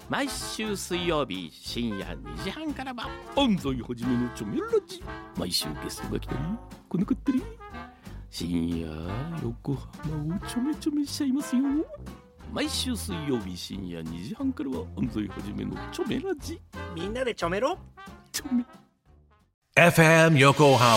毎週水曜日深夜2時半からは安西はじめのチョメラジ。毎週ゲストが来たり来なかったり、深夜横浜をちょめちょめしちゃいますよ。毎週水曜日深夜2時半からは安西はじめのチョメラジ。 みんなでちょめろ。 チョメ FM Yokohama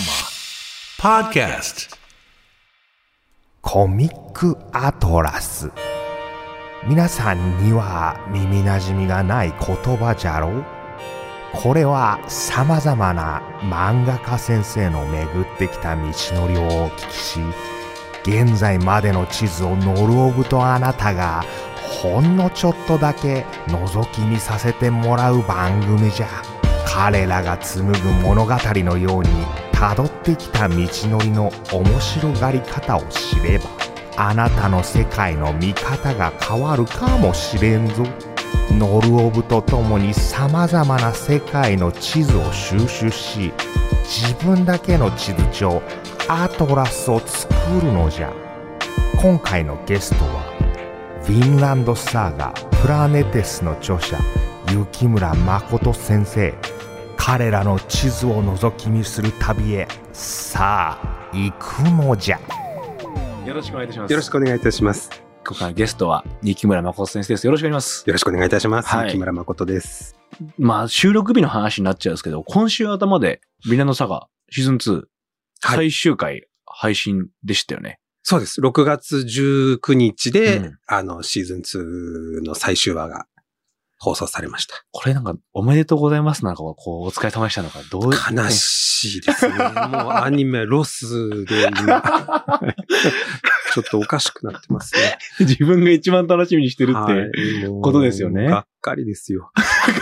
Podcast コミックアトラス。皆さんには耳なじみがない言葉じゃろう。これは様々な漫画家先生の巡ってきた道のりをお聞きし、現在までの地図をノルオブとあなたがほんのちょっとだけ覗き見させてもらう番組じゃ。彼らが紡ぐ物語のように辿ってきた道のりの面白がり方を知れば、あなたの世界の見方が変わるかもしれんぞ。ノルオブとともに様々な世界の地図を収集し、自分だけの地図帳アトラスを作るのじゃ。今回のゲストはヴィンランドサーガプラネテスの著者雪村誠先生。彼らの地図を覗き見する旅へさあ行くのじゃ。 よろしくお願いいたします。 よろしくお願いいたします。 今回のゲストは雪村誠先生です。よろしくお願いします。 よろしくお願いいたします。 はい、 雪村誠です。 まあ収録日の話になっちゃうんですけど、今週頭でヴィンランドサガシーズン2、最終回配信でしたよね。 そうです。6月19日で、シーズン2の最終話が放送されました。 これなんかおめでとうございますなんかこうお疲れ様でしたのか、どういう悲しいですね。もうアニメロスで今ちょっとおかしくなってますね。 自分が一番楽しみにしてるってことですよね。 がっかりですよ。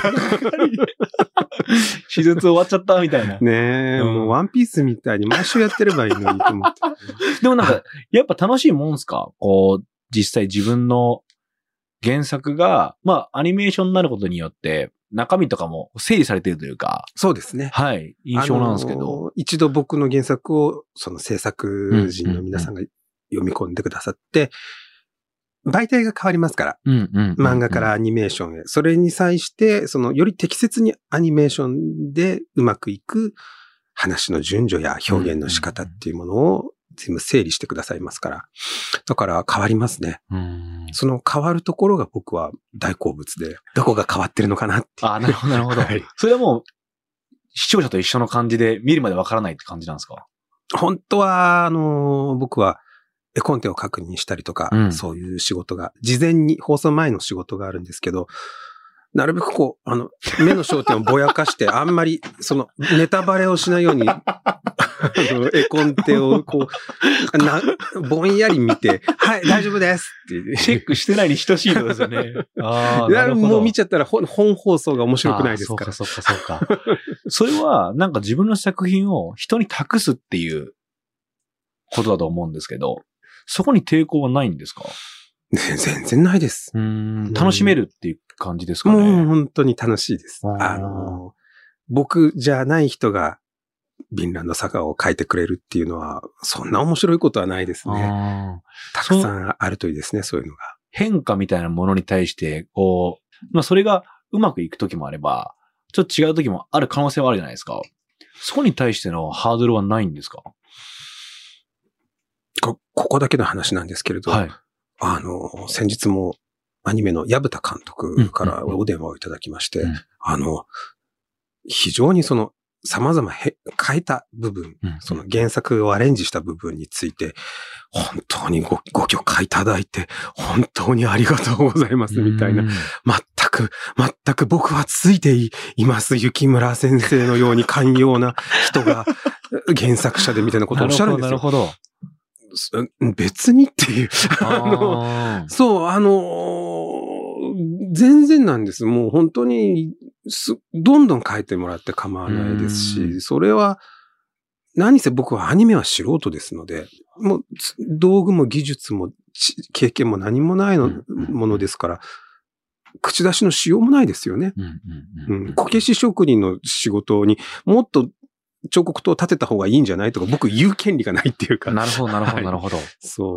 シーズン2終わっちゃったみたいな。 ねえ、もうワンピースみたいに毎週やってればいいのにと思って。 でもなんかやっぱ楽しいもんすか？こう実際自分の原作が、まあ、アニメーションになることによって、中身とかも整理されているというか。 そうですね。 はい。印象なんですけど。 一度僕の原作を、その制作人の皆さんが読み込んでくださって、媒体が変わりますから。漫画からアニメーションへ。それに際して、より適切にアニメーションでうまくいく話の順序や表現の仕方っていうものを、全部整理してくださいますから。だから変わりますね。その変わるところが僕は大好物で、どこが変わってるのかなって。 あ、なるほど、なるほど。はい、それはもう、視聴者と一緒の感じで見るまでわからないって感じなんですか？ 本当は、僕は絵コンテを確認したりとか、そういう仕事が、事前に放送前の仕事があるんですけど、なるべくこう、目の焦点をぼやかして、あんまり、ネタバレをしないように、絵コンテをこう、ぼんやり見て、はい、大丈夫ですって。 チェックしてないに等しいのですよね。ああ、なるほど。 もう見ちゃったら本放送が面白くないですから。 そうか。それは、なんか自分の作品を人に託すっていうことだと思うんですけど、そこに抵抗はないんですか？ 全然ないです。 楽しめるっていう感じですかね。 もう本当に楽しいです。僕じゃない人がヴィンランドサガを書いてくれるっていうのは、そんな面白いことはないですね。たくさんあるといいですね、そういうのが。 変化みたいなものに対して、こう、まあそれがうまくいくときもあれば、ちょっと違うときもある可能性はあるじゃないですか。そこに対してのハードルはないんですか？ ここだけの話なんですけれど、はい、先日もアニメの矢蓋監督からお電話をいただきまして、非常に様々変えた部分、原作をアレンジした部分について、本当にご許可いただいて、本当にありがとうございますみたいな、全く僕はついています。雪村先生のように寛容な人が原作者でみたいなことをおっしゃるんですよ。 なるほど。 別にっていう。そう、全然なんです。もう本当に、どんどん変えてもらって構わないですし、それは、何せ僕はアニメは素人ですので、もう道具も技術も経験も何もないものですから、口出しのしようもないですよね。こけし職人の仕事にもっと彫刻刀を立てた方がいいんじゃないとか僕言う権利がないっていうか。 なるほど。 そう。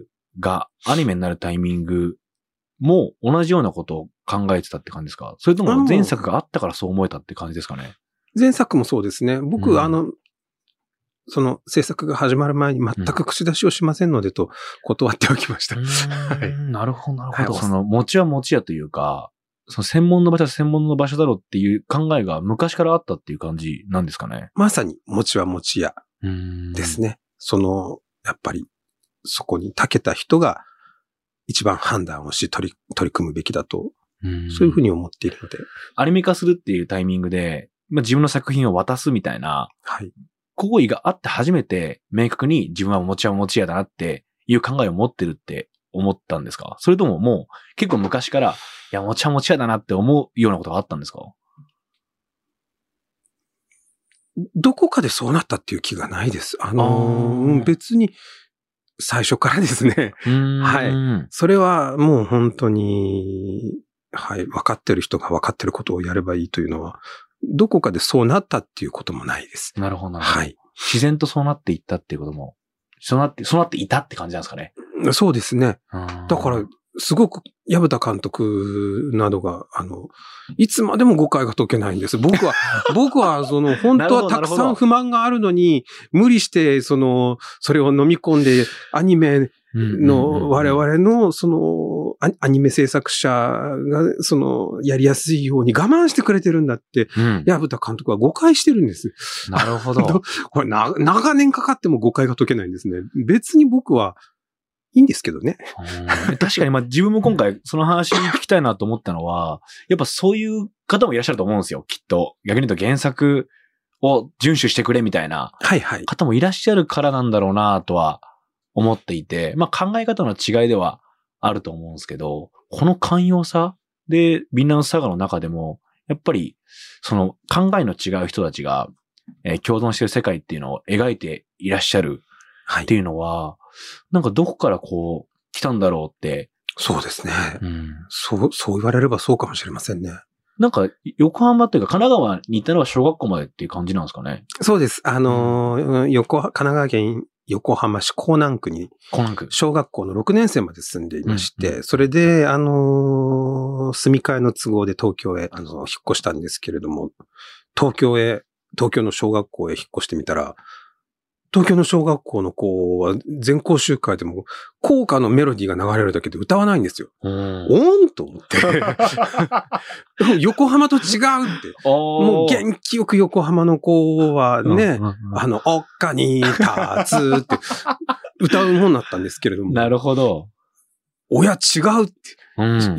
それって前作のプラネテスがアニメになるタイミングも同じようなことを考えてたって感じですか？それとも前作があったからそう思えたって感じですかね？ 前作もそうですね。僕、その制作が始まる前に全く口出しをしませんのでと断っておきました。 はい、なるほど、なるほど。 はい、 その、餅は餅屋というか、その専門の場所は専門の場所だろうっていう考えが昔からあったっていう感じなんですかね？ まさに餅は餅屋ですね。やっぱり、そこに長けた人が一番判断をし取り組むべきだと、そういうふうに思っているので。 アニメ化するっていうタイミングで、自分の作品を渡すみたいな、行為があって初めて明確に自分は餅は餅屋だなっていう考えを持ってるって思ったんですか？それとももう結構昔から、いや、餅は餅屋だなって思うようなことがあったんですか？ どこかでそうなったっていう気がないです。別に最初からですね。はい。それはもう本当に、はい、分かってる人が分かってることをやればいいというのは、どこかでそうなったっていうこともないです。 なるほど。はい。自然とそうなっていったっていうことも、そうなっていたって感じなんですかね。 そうですね。だから、すごく、薮田監督などが、いつまでも誤解が解けないんです。僕は、本当はたくさん不満があるのに、無理して、それを飲み込んで、アニメの、我々の、アニメ制作者が、やりやすいように我慢してくれてるんだって、薮田監督は誤解してるんです。 なるほど。 これ、長年かかっても誤解が解けないんですね。別に僕は、いいんですけどね。 確かに自分も今回その話聞きたいなと思ったのは、やっぱそういう方もいらっしゃると思うんですよ、きっと。逆に言うと原作を遵守してくれみたいな方もいらっしゃるからなんだろうなとは思っていて、考え方の違いではあると思うんですけど、この寛容さでヴィンランドサガの中でも、やっぱりその考えの違う人たちが、共存している世界っていうのを描いていらっしゃるっていうのは、なんかどこから来たんだろうって。 そうですね。そう言われればそうかもしれませんね。 なんか、横浜というか神奈川に行ったのは小学校までっていう感じなんですかね。 そうです。神奈川県横浜市港南区に、小学校の6年生まで住んでいまして、それで、住み替えの都合で東京へ、引っ越したんですけれども、東京の小学校へ引っ越してみたら、東京の小学校の子は全校集会でも校歌のメロディーが流れるだけで歌わないんですよ。おんと思って。横浜と違うって。もう元気よく横浜の子はね、おっかに立つって歌うもんだったんですけれども。 なるほど。 親違うって。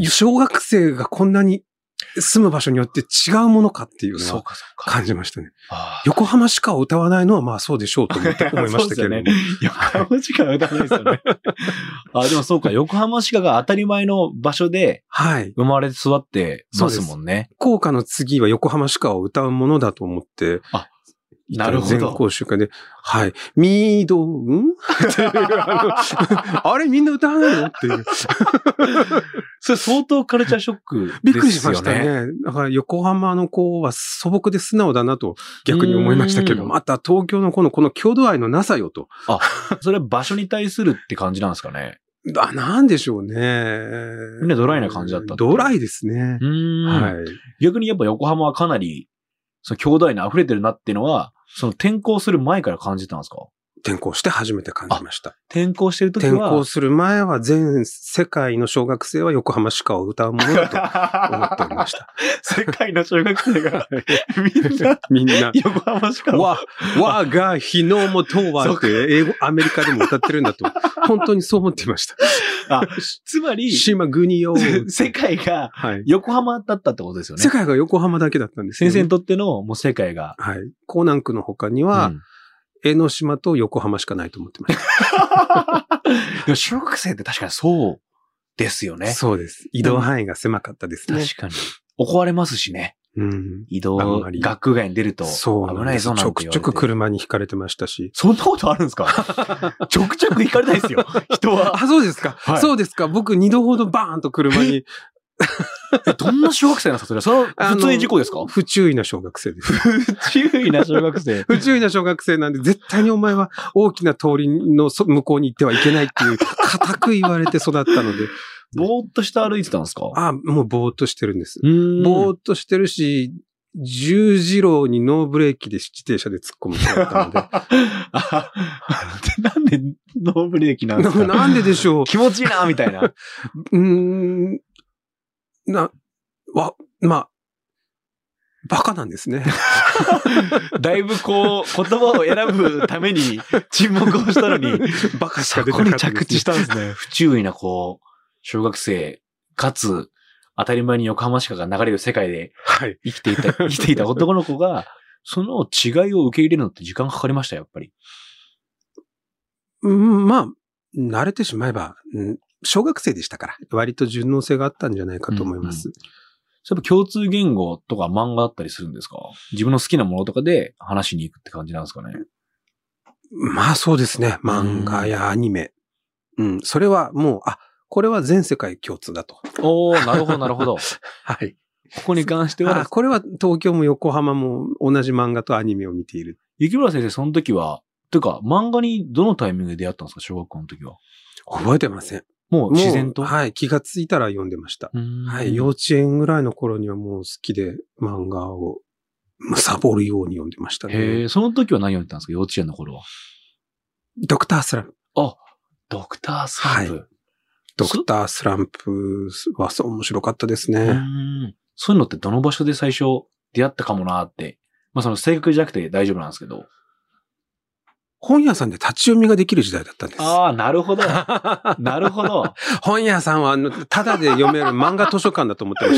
小学生がこんなに住む場所によって違うものかっていうのは感じましたね。横浜しか歌わないのはそうでしょうと思いましたけどね。 横浜しか歌わないですよね。でもそうか、横浜しかが当たり前の場所で生まれて育ってますもんね。 校歌の次は横浜しかを歌うものだと思って。 なるほど。 全校集会で、はい。みどんっていうあれみんな歌わないのっていう。 それ相当カルチャーショックですよね。 びっくりしましたね。だから横浜の子は素朴で素直だなと逆に思いましたけど、また東京の子のこの郷土愛のなさよと。 それは場所に対するって感じなんですかね。 なんでしょうね。 みんなドライな感じだったドライですね。 はい。逆にやっぱ横浜はかなり、郷土愛に溢れてるなっていうのは、転校する前から感じたんですか？ 転校して初めて感じました。 転校してる時は転校する前は全世界の小学生は横浜市歌を歌うものだと思っておりました。 世界の小学生がみんな横浜市歌を。 我が日の元はってアメリカでも歌ってるんだと本当にそう思っていました。 つまり島国よ世界が横浜だったってことですよね。 世界が横浜だけだったんですよね。先生にとってのもう世界が。 はい。江南区の他には、江ノ島と横浜しかないと思ってました。 小学生って確かにそうですよね。 そうです。移動範囲が狭かったですね。 確かに。怒られますしね。移動、学区外に出ると危ないぞなんて言われて。 ちょくちょく車に引かれてましたし。 そんなことあるんですか？ちょくちょく引かれないですよ、人は。 そうですか。そうですか。僕2度ほどバーンと車に。 どんな小学生なんですか？それは普通に事故ですか？ 不注意な小学生です。 不注意な小学生。 不注意な小学生なんで、絶対にお前は大きな通りの向こうに行ってはいけないっていう、固く言われて育ったので、 ぼーっとして歩いてたんですか？ もうぼーっとしてるんです。ぼーっとしてるし、十字路にノーブレーキで自転車で突っ込む人だったので。 なんでノーブレーキなんですか？ なんででしょう。 気持ちいいな、みたいな。 バカなんですね。 だいぶこう、言葉を選ぶために沈黙をしたのに、 バカしか出そこに着地したんですね。不注意なこう、小学生、かつ、当たり前に横浜市が流れる世界で生きていた男の子が、その違いを受け入れるのって時間かかりました、やっぱり。 慣れてしまえば、小学生でしたから、割と順応性があったんじゃないかと思います。 そういえば共通言語とか漫画だったりするんですか？自分の好きなものとかで話しに行くって感じなんですかね？ そうですね。漫画やアニメ。それはもう、これは全世界共通だと。 なるほど、なるほど。 はい。 ここに関しては。 これは東京も横浜も同じ漫画とアニメを見ている。 雪村先生、その時は、というか、漫画にどのタイミングで出会ったんですか？小学校の時は。 覚えてません。 もう自然と？ はい。気がついたら読んでました。はい。幼稚園ぐらいの頃にはもう好きで漫画を貪るように読んでましたね。 その時は何読んでたんですか？幼稚園の頃は。 ドクタースランプ。 ドクタースランプ。はい。 ドクタースランプは面白かったですね。 そういうのってどの場所で最初出会ったかもなって。その正確じゃなくて大丈夫なんですけど。 本屋さんで立ち読みができる時代だったんです。 なるほど。なるほど。 本屋さんは、ただで読める漫画図書館だと思ってました。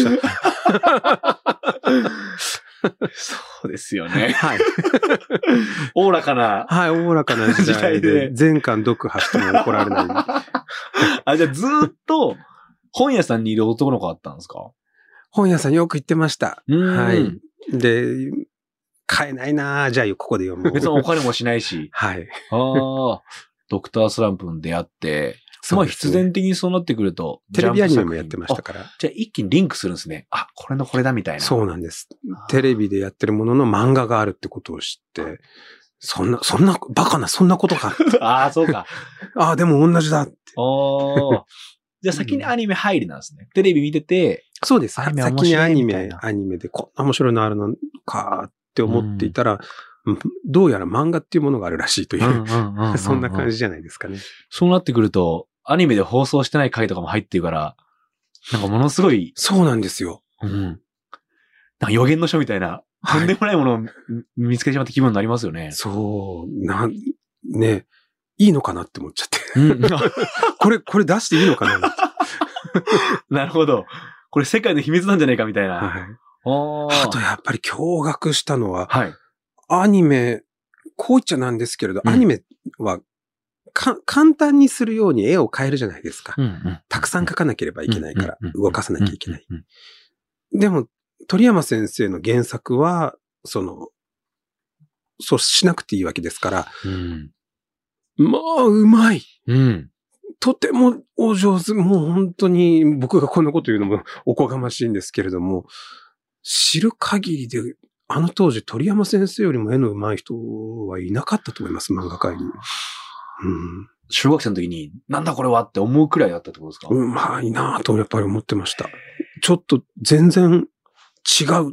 そうですよね。 はい。 おおらかな。 はい、おおらかな時代で。全巻読破しても怒られない。 じゃあずーっと本屋さんにいる男の子だったんですか？ 本屋さんよく行ってました。はい。で、買えないなぁ。じゃあここで読む。 別にお金もしないし。 はい。 ドクタースランプに出会って、必然的にそうなってくると。 テレビアニメもやってましたから。 じゃあ一気にリンクするんですね。これのこれだみたいな。 そうなんです。テレビでやってるものの漫画があるってことを知って、そんな、バカな、そんなことか。 そうか。 でも同じだって。 じゃあ先にアニメ入りなんですね。テレビ見てて。 そうです。先にアニメでこんな面白いのあるのかって思っていたら、どうやら漫画っていうものがあるらしいという、そんな感じじゃないですかね。 そうなってくると、アニメで放送してない回とかも入ってるから、なんかものすごい。 そうなんですよ。 なんか予言の書みたいな、とんでもないものを見つけてしまった気分になりますよね。 そう、いいのかなって思っちゃって。これ出していいのかななるほど。これ世界の秘密なんじゃないかみたいな。 はい。あとやっぱり驚愕したのは、 はい。 アニメ、こう言っちゃなんですけれど、アニメは簡単にするように絵を変えるじゃないですか。たくさん描かなければいけないから、動かさなきゃいけない。でも、鳥山先生の原作は、そうしなくていいわけですから、うまい。とてもお上手。もう本当に僕がこんなこと言うのもおこがましいんですけれども、知る限りで、当時鳥山先生よりも絵の上手い人はいなかったと思います、漫画界に。 小学生の時に、なんだこれはって思うくらいだったってことですか？ うまいなぁとやっぱり思ってました。ちょっと全然違うって。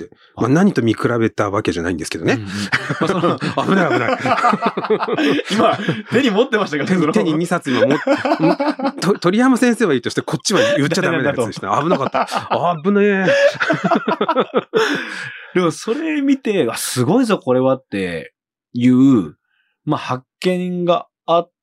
何と見比べたわけじゃないんですけどね。危ない危ない。 今、手に持ってましたけど、 手に2冊今持って、鳥山先生はいいとして、こっちは言っちゃダメなやつでした。危なかった。危ねえ。 でもそれ見て、すごいぞこれはっていう、発見があって、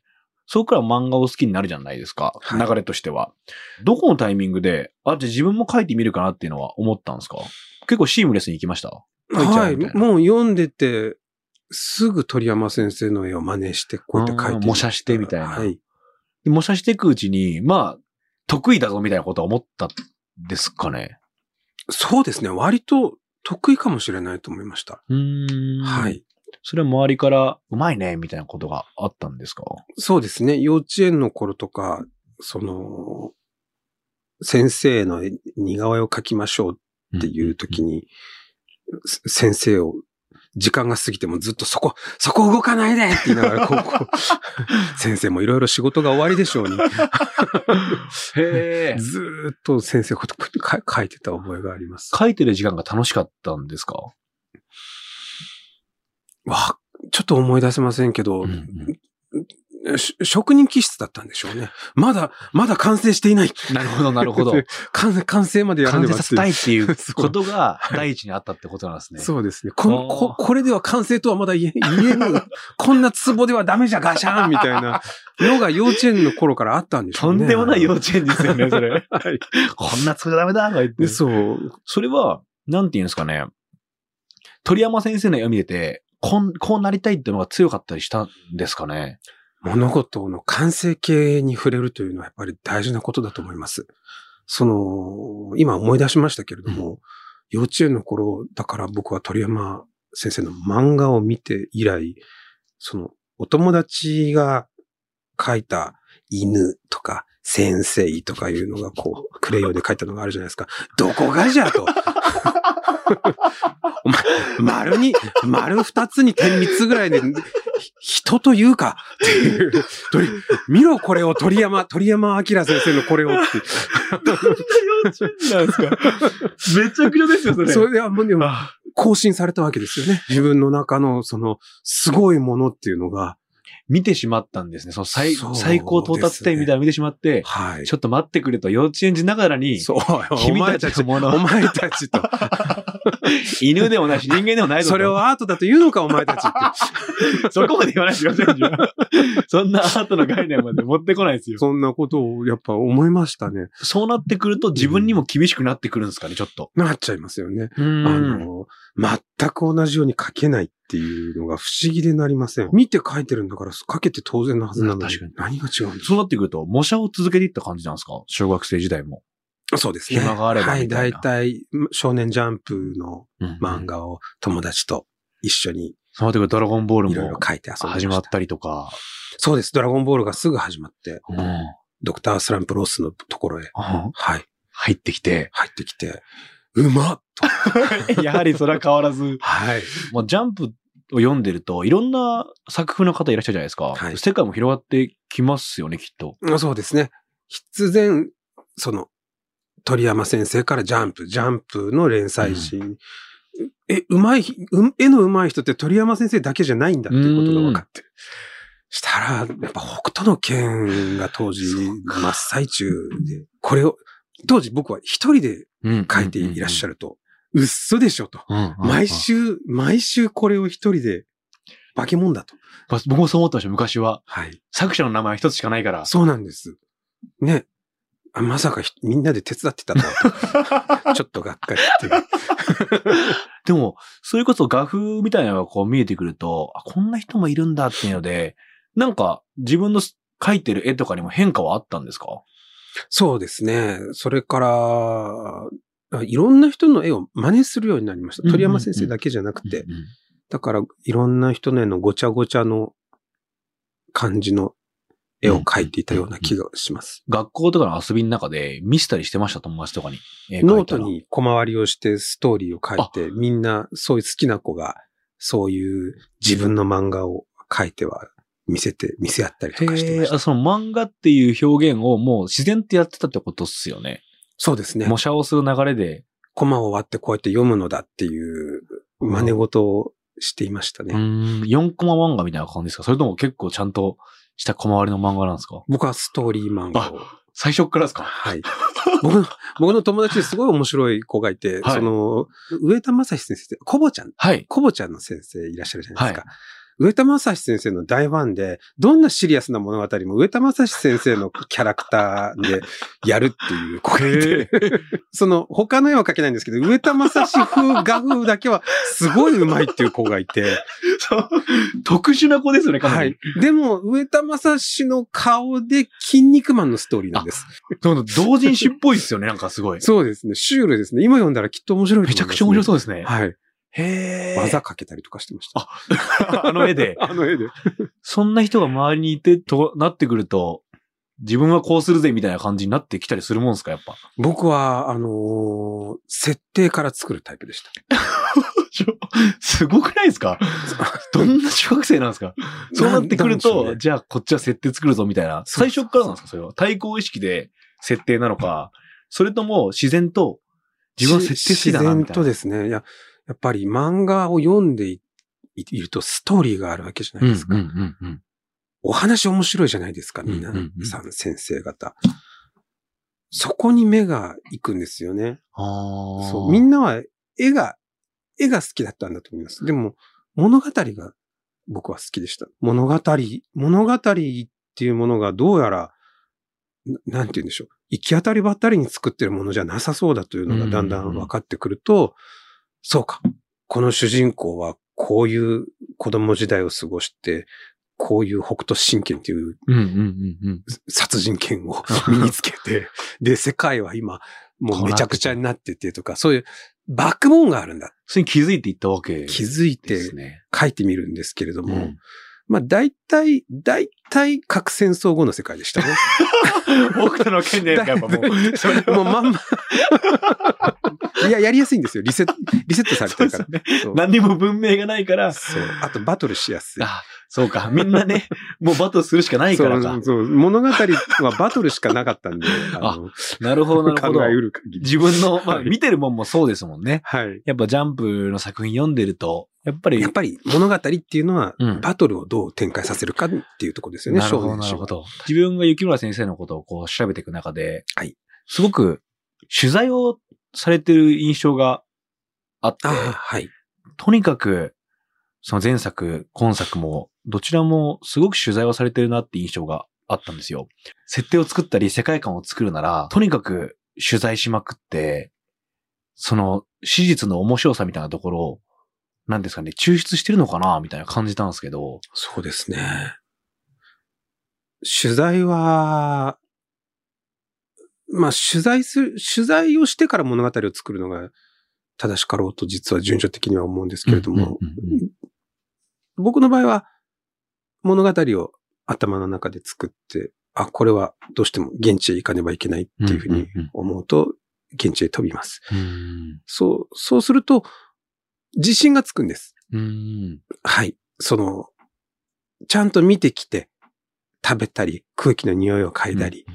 そこから漫画を好きになるじゃないですか。流れとしては。どこのタイミングで、じゃあ自分も書いてみるかなっていうのは思ったんですか？結構シームレスに行きました？ はい。もう読んでて、すぐ鳥山先生の絵を真似して、こうやって描いて。 模写してみたいな。 はい。 模写していくうちに、得意だぞみたいなことは思ったんですかね？ そうですね。割と得意かもしれないと思いました。はい。 それは周りからうまいねみたいなことがあったんですか？ そうですね。幼稚園の頃とか、先生の似顔絵を描きましょうっていう時に、先生を時間が過ぎてもずっとそこ動かないでって言いながら、先生もいろいろ仕事が終わりでしょうに。 へー。 ずーっと先生のこと書いてた覚えがあります。 書いてる時間が楽しかったんですか？ ちょっと思い出せませんけど、職人気質だったんでしょうね。まだ完成していない。 なるほど、なるほど。 完成までやらねば完成させたいっていうことが第一にあったってことなんですね。 そうですね。これでは完成とはまだ言えぬ。こんな壺ではダメじゃガシャンみたいなのが幼稚園の頃からあったんでしょうね。 とんでもない幼稚園ですよね、それ。はい、こんな壺ダメだとか言って。 そう。 それは、なんて言うんですかね。鳥山先生の絵を見てて、こうなりたいっていうのが強かったりしたんですかね。 物事の完成形に触れるというのはやっぱり大事なことだと思います。今思い出しましたけれども、幼稚園の頃、だから僕は鳥山先生の漫画を見て以来、お友達が描いた犬とか先生とかいうのがクレヨンで描いたのがあるじゃないですか。どこがじゃと。お前、丸二つに点三つぐらいで、人というかっていう、見ろこれを鳥山明先生のこれをって。 どんな幼稚園なんですか？めちゃくちゃですよ、それ。 それではもう更新されたわけですよね。自分の中のすごいものっていうのが。 見てしまったんですね。最高到達点みたいなの見てしまって、はい。ちょっと待ってくれと幼稚園児ながらに、 そう、君たちのもの。お前たちと。 犬でもないし人間でもないぞと。 それをアートだと言うのかお前たちって。 そこまで言わないでください。そんなアートの概念まで持ってこないですよ。 そんなことをやっぱ思いましたね。 そうなってくると自分にも厳しくなってくるんですかね、ちょっと。 なっちゃいますよね。全く同じように書けないっていうのが不思議でなりません。見て書いてるんだから書けて当然のはずなのに。 確かに。 何が違うんですか？ そうなってくると、模写を続けていった感じなんですか？小学生時代も。 そうですね。 暇があればみたいな。 はい、大体、少年ジャンプの漫画を友達と一緒に。 そうなってくるとドラゴンボールもいろいろ書いて遊んでました。 始まったりとか。 そうです。ドラゴンボールがすぐ始まって、ドクタースランプロスのところへ。はい。 入ってきて。 うまっと。やはりそれは変わらず。 はい。 もうジャンプを読んでると、いろんな作風の方いらっしゃるじゃないですか。はい。世界も広がってきますよね、きっと。 そうですね。必然、鳥山先生からジャンプの連載誌、絵の上手い人って鳥山先生だけじゃないんだっていうことが分かって。したら、やっぱ北斗の拳が当時真っ最中で、これを、当時僕は一人で書いていらっしゃると、嘘でしょと。毎週これを一人で、化け物だと。 僕もそう思ってました、昔は。 はい。 作者の名前一つしかないから。 そうなんです。ね。まさかみんなで手伝ってたと。ちょっとがっかりっていう。 でも、それこそ画風みたいなのが見えてくると、こんな人もいるんだっていうので、なんか自分の描いてる絵とかにも変化はあったんですか？ そうですね。それから、いろんな人の絵を真似するようになりました。鳥山先生だけじゃなくて。だから、いろんな人の絵のごちゃごちゃの感じの絵を描いていたような気がします。 学校とかの遊びの中で見せたりしてました？友達とかに。 ノートに小回りをしてストーリーを書いて、みんなそういう好きな子が、そういう自分の漫画を書いては見せ合ったりとかしてました。 その漫画っていう表現をもう自然とやってたってことっすよね。 そうですね。 模写をする流れで。 コマを割ってこうやって読むのだっていう真似事をしていましたね。 4コマ漫画みたいな感じですか？それとも結構ちゃんとした小回りの漫画なんですか？ 僕はストーリー漫画を。 最初からですか？ はい。僕の友達ですごい面白い子がいて、はい、上田正史先生って、コボちゃん。 はい。 コボちゃんの先生いらっしゃるじゃないですか。はい、上田正史先生の大ファンで、どんなシリアスな物語も上田正史先生のキャラクターでやるっていう子がいて、他の絵は描けないんですけど、上田正史風画風だけはすごい上手いっていう子がいて、 特殊な子ですよね、かなり。 はい。でも、上田正史の顔で筋肉マンのストーリーなんです。 同人誌っぽいですよね、なんかすごい。 そうですね。シュールですね。今読んだらきっと面白いと思います、ね。 めちゃくちゃ面白そうですね。 はい。 へー。 技かけたりとかしてました。 あの絵で。 あの絵で。 そんな人が周りにいてとなってくると、 自分はこうするぜみたいな感じになってきたりするもんですか、やっぱ。 僕は、設定から作るタイプでした。 すごくないですか？どんな中学生なんですか？そうなってくると、じゃあこっちは設定作るぞみたいな。最初からなんですか、それは。対抗意識で設定なのか、それとも自然と自分は設定好きだなみたいな。 自然とですね。やっぱり漫画を読んでいるとストーリーがあるわけじゃないですか。お話面白いじゃないですか、みんなさん、先生方。そこに目が行くんですよね。そう、みんなは絵が好きだったんだと思います。でも、物語が僕は好きでした。物語っていうものがどうやら、なんて言うんでしょう。行き当たりばったりに作ってるものじゃなさそうだというのがだんだん分かってくると、そうか。この主人公はこういう子供時代を過ごして、こういう北斗神拳っていう殺人剣を身につけて、で、世界は今、もうめちゃくちゃになっててとか、そういうバックボーンがあるんだ。 それに気づいていったわけですね。 気づいて書いてみるんですけれども、まあ大体核戦争後の世界でしたね。 北斗の拳でやっぱもう、それもうまんま。いや、やりやすいんですよ。リセットされてるから。 ね、何にも文明がないから。 そう。あとバトルしやすい。 そうか。みんなね、もうバトルするしかないからか。 そう。物語はバトルしかなかったんで。 なるほど、なるほど。 考えうる限り。 自分の、まあ、見てるもんもそうですもんね。 はい。 やっぱジャンプの作品読んでると、やっぱり物語っていうのは、バトルをどう展開させるかっていうところですよね、 なるほど、なるほど。自分が雪村先生のことをこう調べていく中で、 はい。 すごく取材をされてる印象があって、 はい。 とにかく、その前作、今作も、どちらもすごく取材をされてるなって印象があったんですよ。設定を作ったり世界観を作るなら、とにかく取材しまくって、その史実の面白さみたいなところを、なんですかね、抽出してるのかなみたいな感じたんですけど。 そうですね。取材は、まあ取材をしてから物語を作るのが正しかろうと実は順序的には思うんですけれども、僕の場合は物語を頭の中で作って、これはどうしても現地へ行かねばいけないっていうふうに思うと、現地へ飛びます。そうすると、自信がつくんです。はい。ちゃんと見てきて、食べたり、空気の匂いを嗅いだり、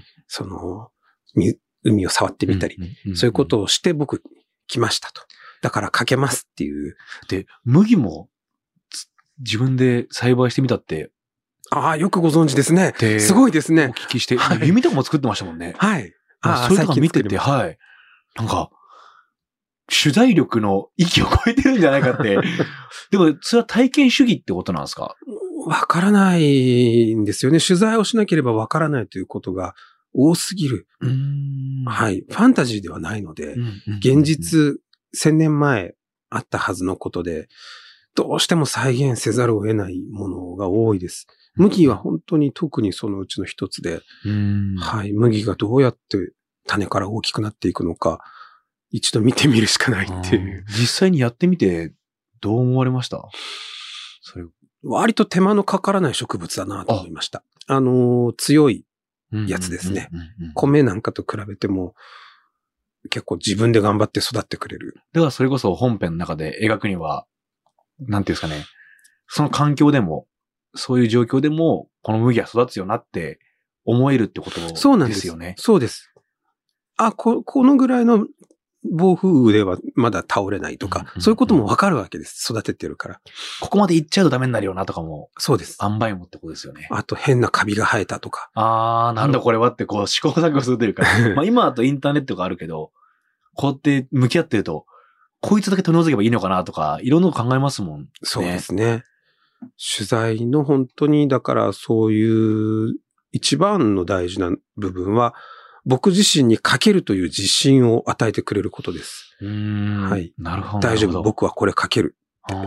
海を触ってみたり、そういうことをして僕来ましたと。だからかけますっていう。 で、麦も自分で栽培してみたって。 よくご存知ですね。すごいですね。 お聞きして、弓とかも作ってましたもんね。 はい。 それとか見てて、はい。なんか、取材力の域を超えてるんじゃないかって。でも、それは体験主義ってことなんですか？ わからないんですよね。取材をしなければわからないということが多すぎる。はい。ファンタジーではないので、現実1000年前あったはずのことで、どうしても再現せざるを得ないものが多いです。麦は本当に特にそのうちの一つで、はい。麦がどうやって種から大きくなっていくのか、一度見てみるしかないっていう。 実際にやってみて、どう思われました？それ割と手間のかからない植物だなと思いました。強いやつですね。米なんかと比べても、結構自分で頑張って育ってくれる。 だからそれこそ本編の中で描くには、なんていうんですかね、その環境でも、そういう状況でも、この麦は育つよなって思えるってことですよね。 そうなんですよね。そうです。このぐらいの暴風雨ではまだ倒れないとか、そういうこともわかるわけです。育ててるから。 ここまで行っちゃうとダメになるよなとかも。 そうです。 塩梅もってことですよね。 あと変なカビが生えたとか。 なんだこれはってこう試行錯誤するというか。まあ今だとインターネットがあるけど、こうやって向き合ってると、こいつだけ取り除けばいいのかなとか、いろんなこと考えますもんね。 そうですね。取材の本当に、だからそういう一番の大事な部分は、僕自身に書けるという自信を与えてくれることです。はい。 なるほど。 大丈夫。僕はこれ書ける。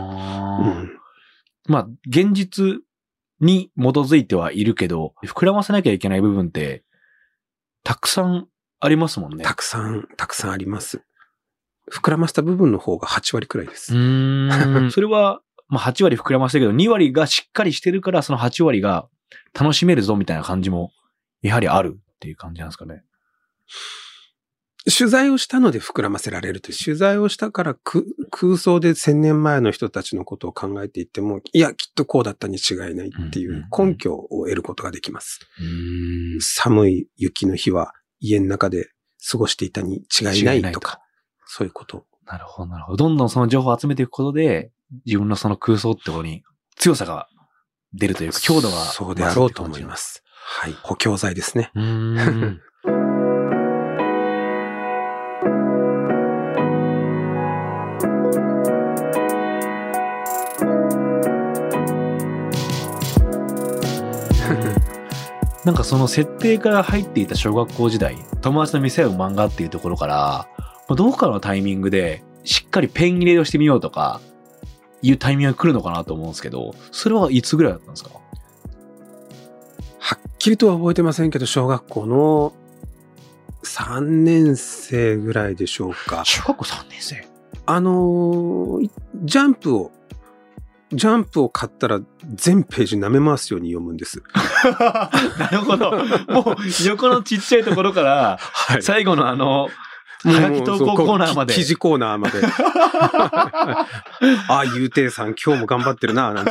まあ、現実に基づいてはいるけど、膨らませなきゃいけない部分って、たくさんありますもんね。 たくさんあります。膨らませた部分の方が8割くらいです。 それは、まあ8割膨らませたけど、2割がしっかりしてるから、その8割が楽しめるぞみたいな感じもやはりあるっていう感じなんですかね。 取材をしたので膨らませられるという。取材をしたから空想で1000年前の人たちのことを考えていっても、いや、きっとこうだったに違いないっていう根拠を得ることができます。寒い雪の日は家の中で過ごしていたに違いないとか、そういうこと。 なるほど、なるほど。どんどんその情報を集めていくことで、自分のその空想ってことに強さが出るというか、強度が。 そうであろうと思います。はい。補強剤ですね。 なんかその設定から入っていた小学校時代、友達の店を漫画っていうところから、どこかのタイミングでしっかりペン入れをしてみようとか、いうタイミングが来るのかなと思うんですけど、それはいつぐらいだったんですか？ はっきりとは覚えてませんけど、小学校の3年生ぐらいでしょうか。 小学校3年生？ ジャンプを買ったら全ページ舐め回すように読むんです。 なるほど。もう横のちっちゃいところから、はい、最後のはがき投稿コーナーまで。 記事コーナーまで。あ、ゆうていさん今日も頑張ってるな、なんて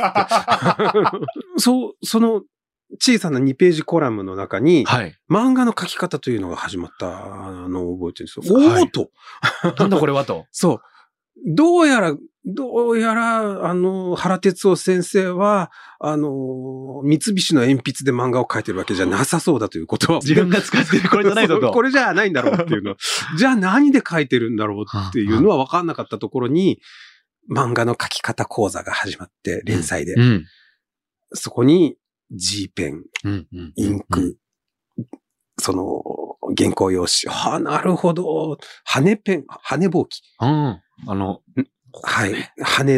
その小さな2ページコラムの中に、はい、漫画の書き方というのが始まったのを覚えてるんですよ。おーと、 はい、なんだこれはと。 そう。どうやら、原哲夫先生は、三菱の鉛筆で漫画を描いてるわけじゃなさそうだということは。 自分が使ってるこれじゃないぞと。 これじゃないんだろうっていうの。じゃあ何で描いてるんだろうっていうのは分かんなかったところに、漫画の描き方講座が始まって、連載で。そこに G ペン、インク、その、原稿用紙。なるほど。羽ペン、羽ぼうき。はい。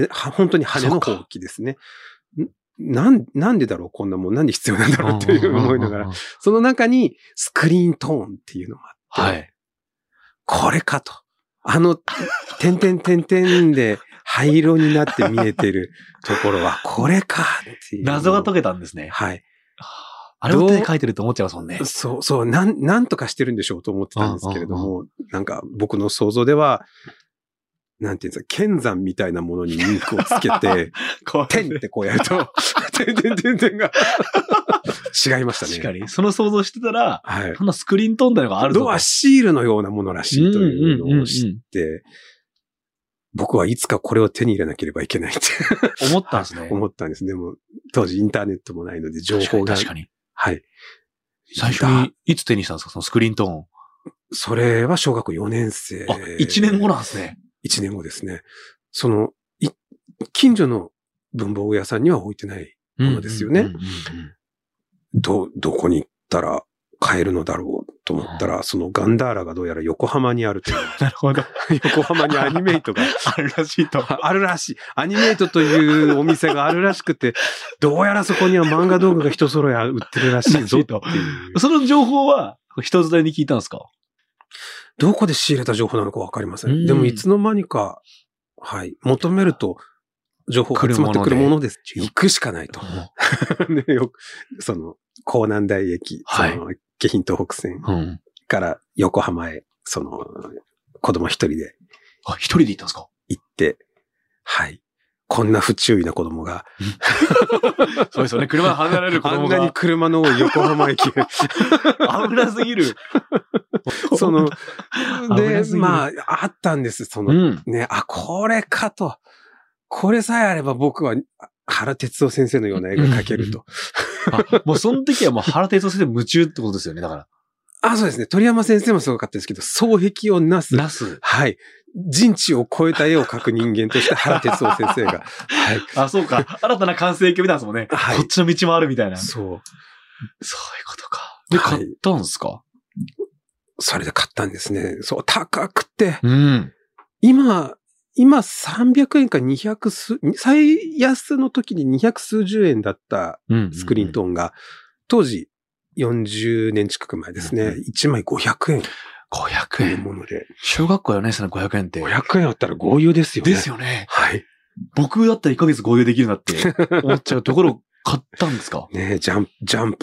本当に羽のほうきですね。なんでだろうこんなもん。なんで必要なんだろうっていう思いながら。その中にスクリーントーンっていうのがあって。はい。これかと。点々で灰色になって見えてるところは、これかっていう。 謎が解けたんですね。 はい。 あれを手で書いてると思っちゃいますもんね。 そう、なんとかしてるんでしょうと思ってたんですけれども、なんか僕の想像では、なんていうんですか、剣山みたいなものにインクをつけて、点ってこうやると、点が違いましたね。 確かに。その想像してたら、はい。そんなスクリーントーンだのがあるぞと。 ドアシールのようなものらしいというのを知って、僕はいつかこれを手に入れなければいけないって思ったんですね。 思ったんです。でも、当時インターネットもないので情報が。 確かに。 はい。 最初にいつ手にしたんですかそのスクリーントーン。 それは小学校4年生。 1年後なんですね。 1年後ですね。近所の文房具屋さんには置いてないものですよね。どこに行ったら買えるのだろうと思ったら、そのガンダーラがどうやら横浜にあるという。 なるほど。 横浜にアニメイトがあるらしいと。 あるらしい。アニメイトというお店があるらしくて、どうやらそこには漫画道具が一揃い売ってるらしいぞと。 その情報は人伝いに聞いたんですか？ どこで仕入れた情報なのかわかりません。でもいつの間にか、はい、求めると情報が集まってくるものです。行くしかないと。でよく江南台駅、京浜東北線から横浜へ、子供一人で。 一人で行ったんですか？ 行って、はい。こんな不注意な子供が。 そうですよね。車離れる子供が。 あんなに車の横浜駅。 危なすぎる。 で、あったんです。ね、これかと。これさえあれば僕は原哲夫先生のような絵が描けると。 もうその時はもう原哲夫先生夢中ってことですよね、だから。 そうですね。鳥山先生もすごかったですけど、双璧をなす。はい。人知を超えた絵を描く人間として原哲夫先生が。 はい。そうか。新たな完成形みたいなですもんね。はい。こっちの道もあるみたいな。 そういうことか。で、買ったんですか？ それで買ったんですね。そう、高くて。今300円か最安の時に200数十円だったスクリーントーンが、当時40年近く前ですね。1枚500円。 500円。 もので。 小学校4年生の500円って。 500円あったら豪遊ですよね。 ですよね。 はい。 僕だったら1ヶ月豪遊できるなって思っちゃうところ買ったんですか？ ね、ジャンプ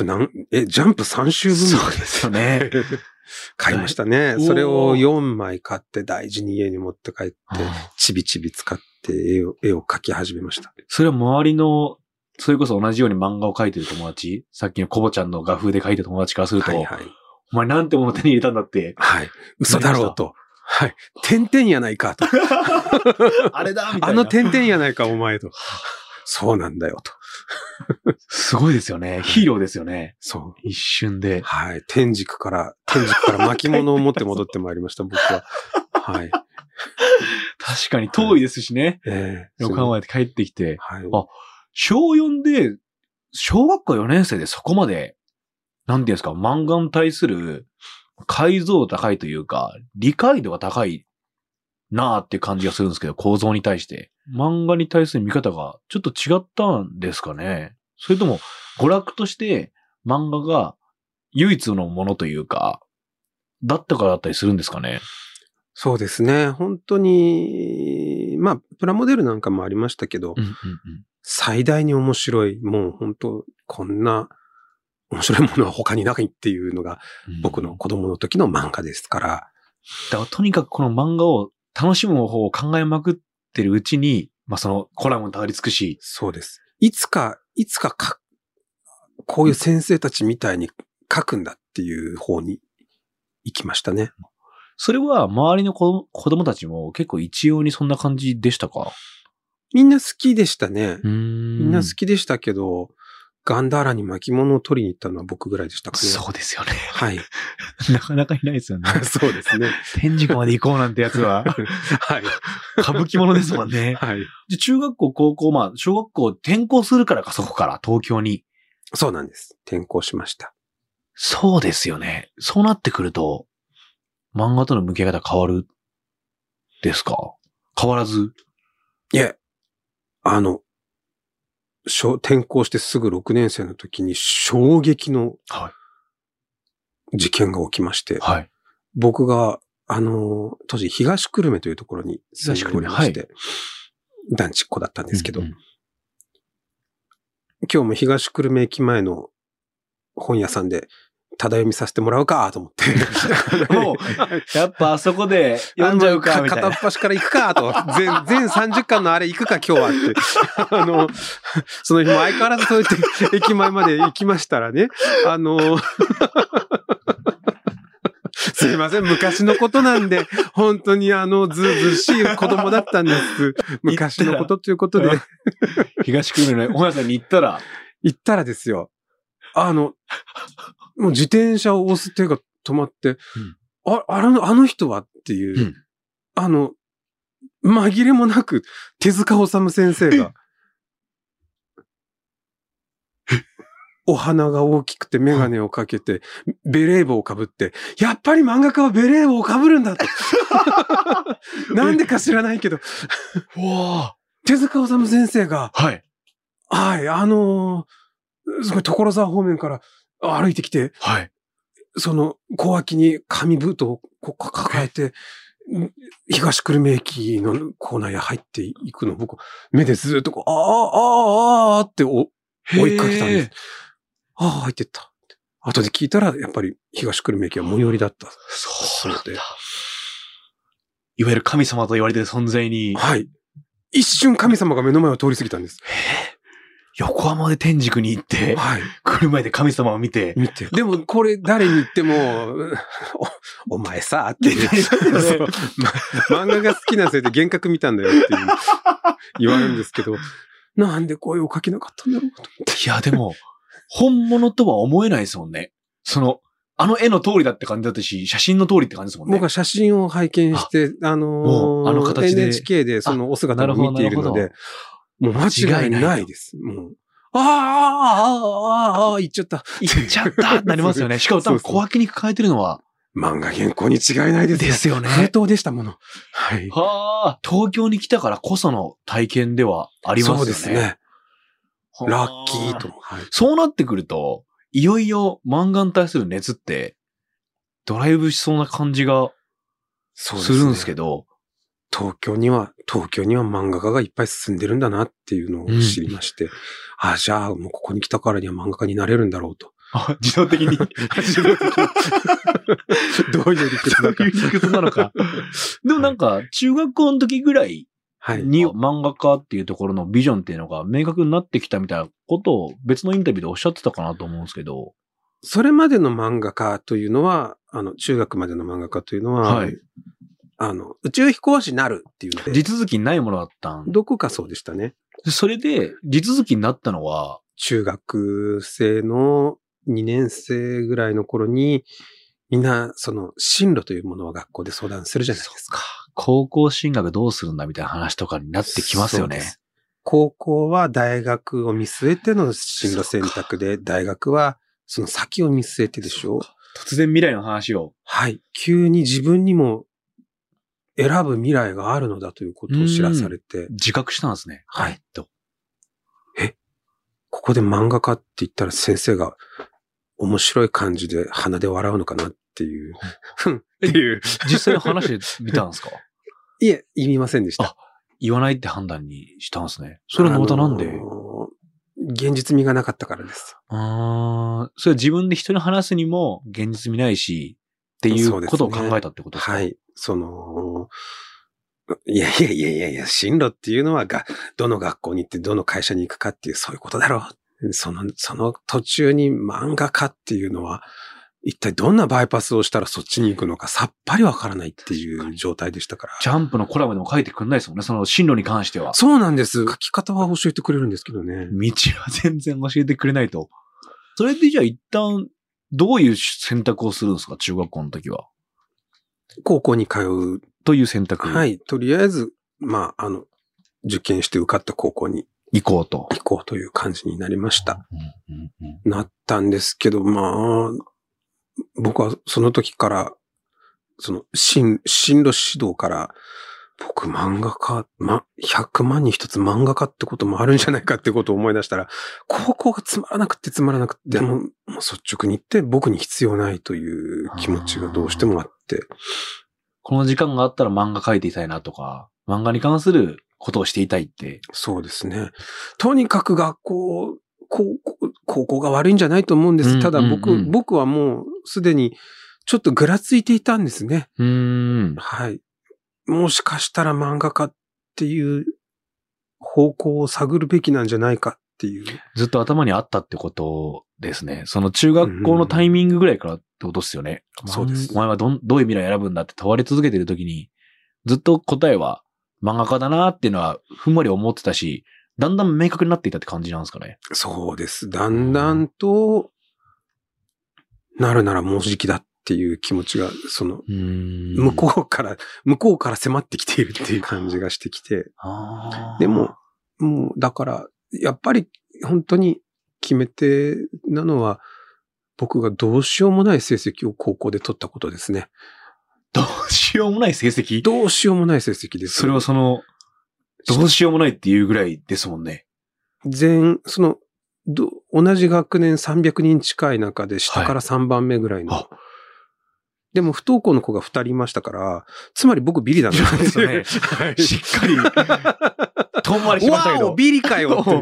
3週分。 そうですよね。 買いましたね。それを4枚買って大事に家に持って帰って、ちびちび使って絵を描き始めました。 それは周りの、それこそ同じように漫画を描いてる友達、さっきのコボちゃんの画風で描いた友達からすると、はいはい、お前なんてもの手に入れたんだって。 はい。嘘だろうと。はい。点々やないかと。 あれだみたいな。 あの点々やないかお前と。そうなんだよと。 すごいですよね。ヒーローですよね。 そう。 一瞬で。 はい。天竺から巻物を持って戻ってまいりました、僕は。はい。 確かに遠いですしね。よく考えて帰ってきて。はい。小4で、小学校4年生でそこまで、なんていうんですか、漫画に対する解像度高いというか、理解度が高いなーっていう感じがするんですけど、構造に対して。漫画に対する見方がちょっと違ったんですかね。それとも、娯楽として漫画が唯一のものというか、だったからだったりするんですかね。 そうですね。本当に、まあ、プラモデルなんかもありましたけど、最大に面白い、もう本当、こんな面白いものは他にないっていうのが、僕の子供の時の漫画ですから。 だからとにかくこの漫画を楽しむ方を考えまくってるうちに、まあそのコラムにたどり着くし。 そうです。いつかこういう先生たちみたいに書くんだっていう方に行きましたね。 それは周りの子供たちも結構一様にそんな感じでしたか？ みんな好きでしたね。みんな好きでしたけど、ガンダーラに巻物を取りに行ったのは僕ぐらいでしたかね。 そうですよね。 はい。 なかなかいないですよね。 そうですね。 天竺まで行こうなんてやつは。 はい。 歌舞伎者ですもんね。 はい。 で、中学校、高校、まあ、小学校転校するからか、そこから東京に。 そうなんです。転校しました。 そうですよね。そうなってくると、漫画との向き合い方変わるですか？変わらず？ いえ、転校してすぐ6年生の時に衝撃の事件が起きまして、はい、僕が、当時東久留米というところに住んでおりまして、はい、団地っ子だったんですけど、今日も東久留米駅前の本屋さんで、ただ読みさせてもらうかと思って。 もう、やっぱあそこで読んじゃうかみたいな。 片っ端から行くかと。全30巻のあれ行くか今日はって。その日も相変わらずそうやって駅前まで行きましたらね。すいません、昔のことなんで、本当にずうしい子供だったんです。昔のことということで。 東久留米の本屋さんに行ったらですよ。もう自転車を押す手が止まって、あの人はっていう、紛れもなく手塚治虫先生が、お花が大きくてメガネをかけて、ベレー帽をかぶって、やっぱり漫画家はベレー帽をかぶるんだと。なんでか知らないけど、手塚治虫先生が、はい。はい、すごい所沢方面から歩いてきて、はい。その、小脇に紙封筒を抱えて、東久留米駅のコーナーへ入っていくのを僕、目でずーっとあーって追いかけたんです。入ってった。後で聞いたら、やっぱり東久留米駅は最寄りだった。 そうなんだ。いわゆる神様と言われている存在に。 はい。一瞬神様が目の前を通り過ぎたんです。 横浜で天竺に行って、はい。来る前で神様を見て。 でも、これ誰に言っても、お前さ、っていう。漫画が好きなせいで幻覚見たんだよっていう言われるんですけど、なんで声をかけなかったんだろうと思って。 いや、でも、本物とは思えないですもんね。あの絵の通りだって感じだったし、写真の通りって感じですもんね。 僕は写真を拝見して、 あの形で NHK でそのお姿を見ているので、もう間違いないです。もう言っちゃった。 なりますよね。しかも多分小脇に抱えてるのは。 漫画原稿に違いないですよ。 ですよね。 封筒でしたもの。はい。 東京に来たからこその体験ではありますよね。そうですね。 ラッキーと。 そうなってくると、いよいよ漫画に対する熱って、ドライブしそうな感じがするんですけど、 東京には漫画家がいっぱい住んでるんだなっていうのを知りまして、じゃあもうここに来たからには漫画家になれるんだろうと。 自動的に。自動的に。 どういう理屈だか。 どういう理屈なのか。でもなんか、中学校の時ぐらいに漫画家っていうところのビジョンっていうのが明確になってきたみたいなことを別のインタビューでおっしゃってたかなと思うんですけど。 それまでの漫画家というのは、中学までの漫画家というのは、はい、宇宙飛行士になるっていうので。 地続きにないものだったん。 どこかそうでしたね。 それで、地続きになったのは、 中学生の2年生ぐらいの頃に、みんな、進路というものを学校で相談するじゃないですか。 高校進学どうするんだみたいな話とかになってきますよね。 高校は大学を見据えての進路選択で、大学はその先を見据えてでしょう。 突然未来の話を。 はい。急に自分にも選ぶ未来があるのだということを知らされて。 自覚したんですね。 はい。ここで漫画家って言ったら先生が面白い感じで鼻で笑うのかなっていう。 っていう。実際に話してみたんですか？ いえ、言いませんでした。 言わないって判断にしたんですね。それはまたなんで？ 現実味がなかったからです。 それ自分で人に話すにも現実味ないし、っていうことを考えたってことですか？ はい。いや、進路っていうのはどの学校に行ってどの会社に行くかっていうそういうことだろう。その途中に漫画家っていうのは、一体どんなバイパスをしたらそっちに行くのかさっぱりわからないっていう状態でしたから。 ジャンプのコラムでも書いてくんないですもんね、その進路に関しては。 そうなんです。書き方は教えてくれるんですけどね。 道は全然教えてくれないと。それでじゃあ一旦、どういう選択をするんですか、中学校の時は。 高校に通う。 という選択。 はい。とりあえず、受験して受かった高校に行こうという感じになりました。なったんですけど、僕はその時から、進路指導から、僕漫画家、100万に一つ漫画家ってこともあるんじゃないかってことを思い出したら、高校がつまらなくて、もう率直に言って僕に必要ないという気持ちがどうしてもあって。 この時間があったら漫画描いていたいなとか、漫画に関することをしていたいって。 そうですね。とにかく高校が悪いんじゃないと思うんです。ただ僕はもうすでにちょっとぐらついていたんですね。はい。もしかしたら漫画家っていう方向を探るべきなんじゃないかっていう。 ずっと頭にあったってことですね。その中学校のタイミングぐらいからってことですよね。 そうです。 お前はどういう未来選ぶんだって問われ続けてる時に、ずっと答えは漫画家だなっていうのはふんわり思ってたし、だんだん明確になっていたって感じなんですかね。 そうです。だんだんと、なるならもうじきだっていう気持ちが、向こうから迫ってきているっていう感じがしてきて。でも、もう、だから、やっぱり本当に決め手なのは、僕がどうしようもない成績を高校で取ったことですね。 どうしようもない成績？ どうしようもない成績です。 それはどうしようもないっていうぐらいですもんね。 同じ学年300人近い中で下から3番目ぐらいの。はい、でも不登校の子が2人いましたから、つまり僕ビリだったんですよね。 はい、しっかり、遠回りしましたけど。 ビリかよっていう。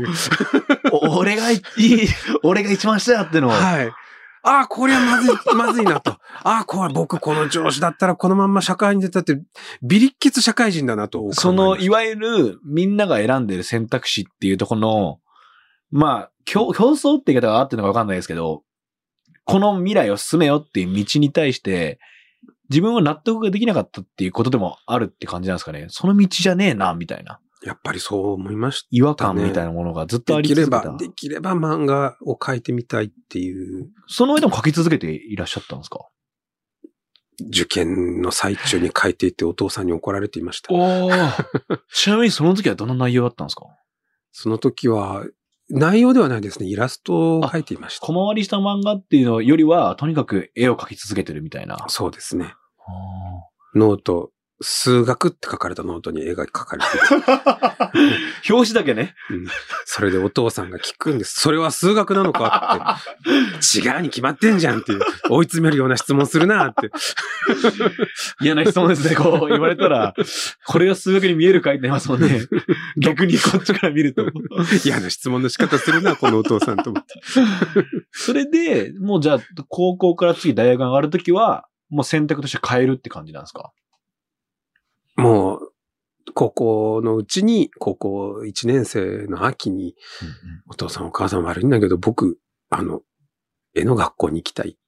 俺が一番下だってのは。 はい。これはまずいなと。僕この上司だったらこのまんま社会に出たって、ビリッケツ社会人だなと。 いわゆるみんなが選んでる選択肢っていうところの、競争って言い方があってるのかわかんないですけど、この未来を進めよっていう道に対して、自分は納得ができなかったっていうことでもあるって感じなんですかね。その道じゃねえな、みたいな。 やっぱりそう思いました、ね。 違和感みたいなものがずっとあり続けた。 できれば漫画を描いてみたいっていう。 その間も描き続けていらっしゃったんですか？ 受験の最中に書いていてお父さんに怒られていました。 ちなみにその時はどんな内容だったんですか？ その時は、内容ではないですね。イラストを描いていました。 小回りした漫画っていうのよりは、とにかく絵を描き続けてるみたいな。 そうですね。ノート数学って書かれたノートに絵が描かれてて。 表紙だけね。 それでお父さんが聞くんです。それは数学なのかって。違うに決まってんじゃんっていう。追い詰めるような質問するなって。 嫌な質問ですね。こう言われたら、これが数学に見えるかいってなりますもんね。逆にこっちから見ると。 嫌な質問の仕方するな、このお父さんと思って。 それで、もうじゃあ、高校から次大学が上がるときは、もう選択として変えるって感じなんですか？ もう、高校のうちに、高校1年生の秋に、お父さんお母さん悪いんだけど、僕、絵の学校に行きたいって。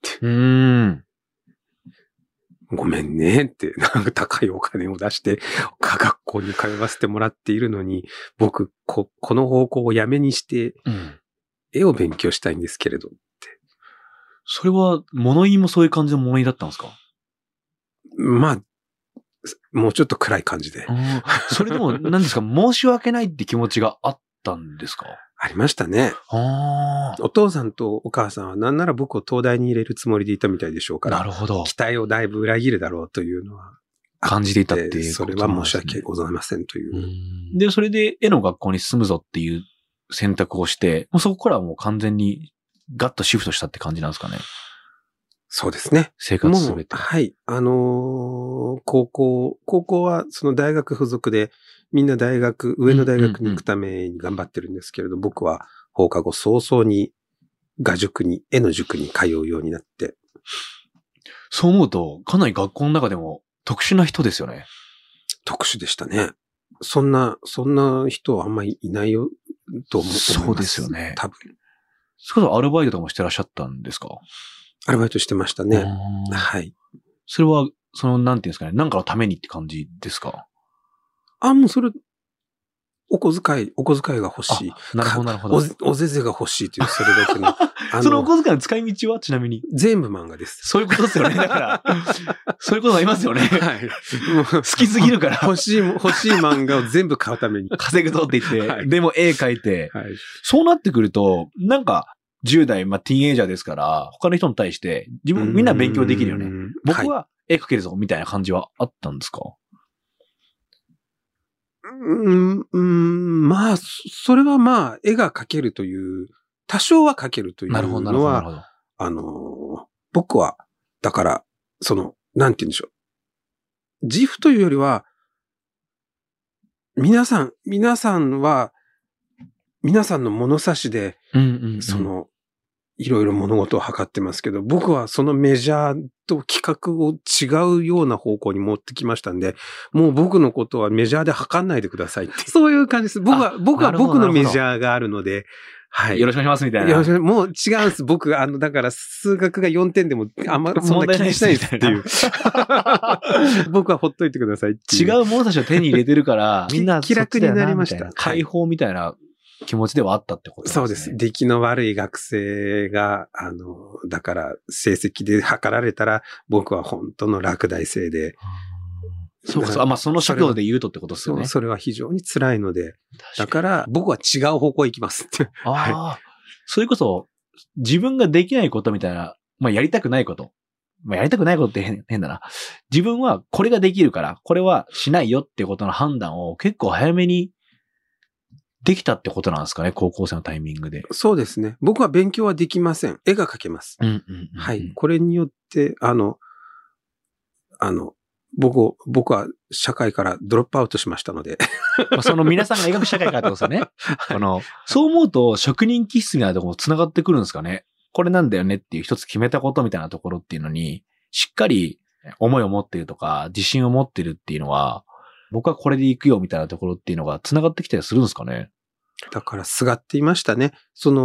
ごめんねって、なんか高いお金を出して、学校に通わせてもらっているのに、僕、この方向をやめにして、絵を勉強したいんですけれどって。 それは、物言いもそういう感じの物言いだったんですか？ まあ、もうちょっと暗い感じで。 それでも、何ですか、申し訳ないって気持ちがあったんですか？ ありましたね。お父さんとお母さんは何なら僕を東大に入れるつもりでいたみたいでしょうから。 なるほど。 期待をだいぶ裏切るだろうというのは。 感じていたっていうことですね。 それは申し訳ございませんという。 で、それで絵の学校に進むぞっていう選択をして、もうそこからはもう完全にガッとシフトしたって感じなんですかね。 そうですね。 生活すべて。 はい。高校はその大学付属で、みんな上の大学に行くために頑張ってるんですけれど、僕は放課後早々に絵の塾に通うようになって。 そう思うと、かなり学校の中でも特殊な人ですよね。 特殊でしたね。そんな人はあんまりいないよ、と思います。 そうですよね。 多分。 それこそアルバイトとかもしてらっしゃったんですか？ アルバイトしてましたね。はい。 それは、なんていうんですかね、なんかのためにって感じですか？ もうそれ、お小遣いが欲しい。 なるほど、なるほど。 おぜぜが欲しいという、それだけの。 そのお小遣いの使い道はちなみに。 全部漫画です。 そういうことですよね。だから、そういうことありますよね。 はい。 好きすぎるから。 欲しい漫画を全部買うために。 稼ぐぞって言って、 はい、 でも絵描いて、 はい、 そうなってくると、なんか、10代、ティーンエイジャーですから、他の人に対して、みんな勉強できるよね。僕は絵描けるぞ、みたいな感じはあったんですか？ まあ、それはまあ、絵が描けるという、多少は描けるというのは、なるほど、なるほど。僕は、だから、なんて言うんでしょう。自負というよりは、皆さんは、皆さんの物差しで、いろいろ物事を測ってますけど、僕はそのメジャーと規格を違うような方向に持ってきましたんで、もう僕のことはメジャーで測んないでくださいって。そういう感じです。僕は僕のメジャーがあるので、はい。 よろしくお願いしますみたいな。 もう違うんです。僕、だから数学が4点でもあんまそんな気にしないですっていう。僕はほっといてくださいっていう。 違う物差しを手に入れてるから、みんな気楽になりました。 解放みたいな気持ちではあったってことですね。 そうです。出来の悪い学生が、だから成績で測られたら、僕は本当の落第生で。 そうか、その尺度で言うとってことですよね。 それは非常に辛いので。だから、僕は違う方向へ行きますって。 はい。それこそ、自分ができないことみたいな、やりたくないこと。やりたくないことって変だな。自分はこれができるから、これはしないよっていうことの判断を結構早めにできたってことなんですかね、高校生のタイミングで。 そうですね。僕は勉強はできません。絵が描けます。はい。これによって、僕は社会からドロップアウトしましたので。 皆さんが描く社会からってことですよね。はい、そう思うと、職人気質が繋がってくるんですかね。これなんだよねっていう一つ決めたことみたいなところっていうのに、しっかり思いを持っているとか、自信を持っているっていうのは、僕はこれで行くよみたいなところっていうのが繋がってきたりするんですかね。 だから、すがっていましたね。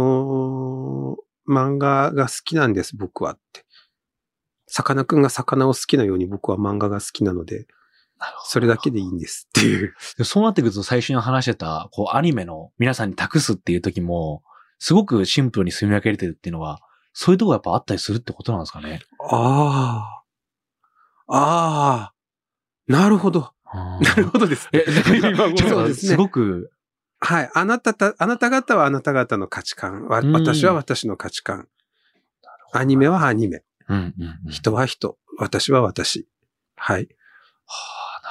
漫画が好きなんです、僕はって。さかなクンが魚を好きなように僕は漫画が好きなので、それだけでいいんですっていう。 そうなってくると最初に話してた、アニメの皆さんに託すっていう時も、すごくシンプルに住み分けれてるっていうのは、そういうところがやっぱあったりするってことなんですかね。 なるほど。なるほどです。 そうですね。すごく。 はい。あなた方はあなた方の価値観。私は私の価値観。アニメはアニメ。人は人。私は私。はい。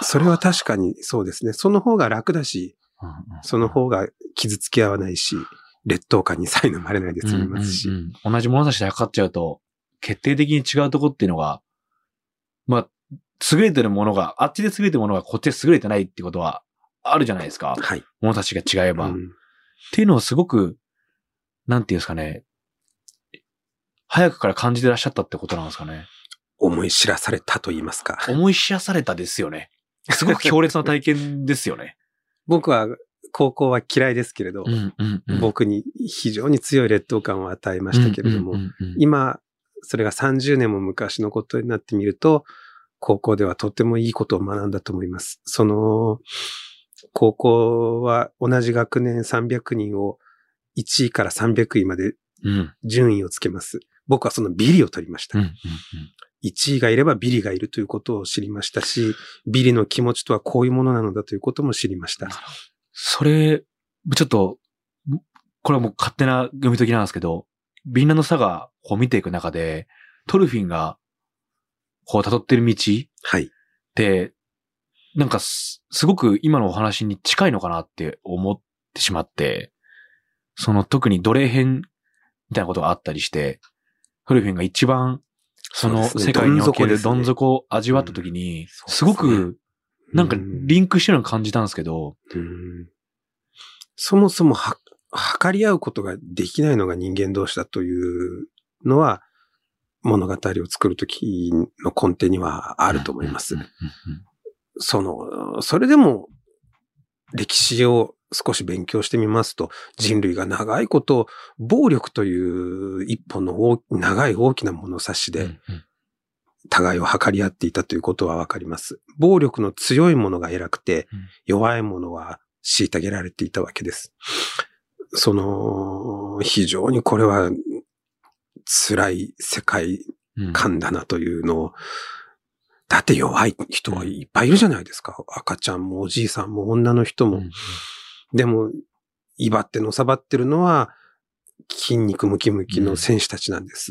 それは確かにそうですね。その方が楽だし、その方が傷つき合わないし、劣等感に苛まれないで済みますし。 同じ物差しで測っちゃうと、決定的に違うとこっていうのが、まあ、優れてるものが、あっちで優れてるものがこっちで優れてないってことはあるじゃないですか。 はい。 物差しが違えば。っていうのをすごく、なんていうんですかね。早くから感じてらっしゃったってことなんですかね。 思い知らされたと言いますか。 思い知らされたですよね。すごく強烈な体験ですよね。 僕は高校は嫌いですけれど、僕に非常に強い劣等感を与えましたけれども、今、それが30年も昔のことになってみると、高校ではとてもいいことを学んだと思います。高校は同じ学年300人を1位から300位まで順位をつけます。僕はそのビリを取りました。1位がいればビリがいるということを知りましたし、ビリの気持ちとはこういうものなのだということも知りました。 それ、ちょっと、これはもう勝手な読み解きなんですけど、ビンランドサガを見ていく中で、トルフィンがこう辿ってる道で、なんかすごく今のお話に近いのかなって思ってしまって、その特に奴隷編みたいなことがあったりして、トルフィンが一番その世界におけるどん底を味わった時に、すごくなんかリンクしてるのを感じたんですけど、 そもそも測り合うことができないのが人間同士だというのは物語を作るときの根底にはあると思います。それでも歴史を少し勉強してみますと、人類が長いこと暴力という一本の長い大きな物差しで互いを測り合っていたということはわかります。暴力の強い者が偉くて、弱い者は虐げられていたわけです。非常にこれは辛い世界観だなというのを、だって弱い人はいっぱいいるじゃないですか。赤ちゃんもおじいさんも女の人も。でも、威張ってのさばってるのは筋肉ムキムキの戦士たちなんです。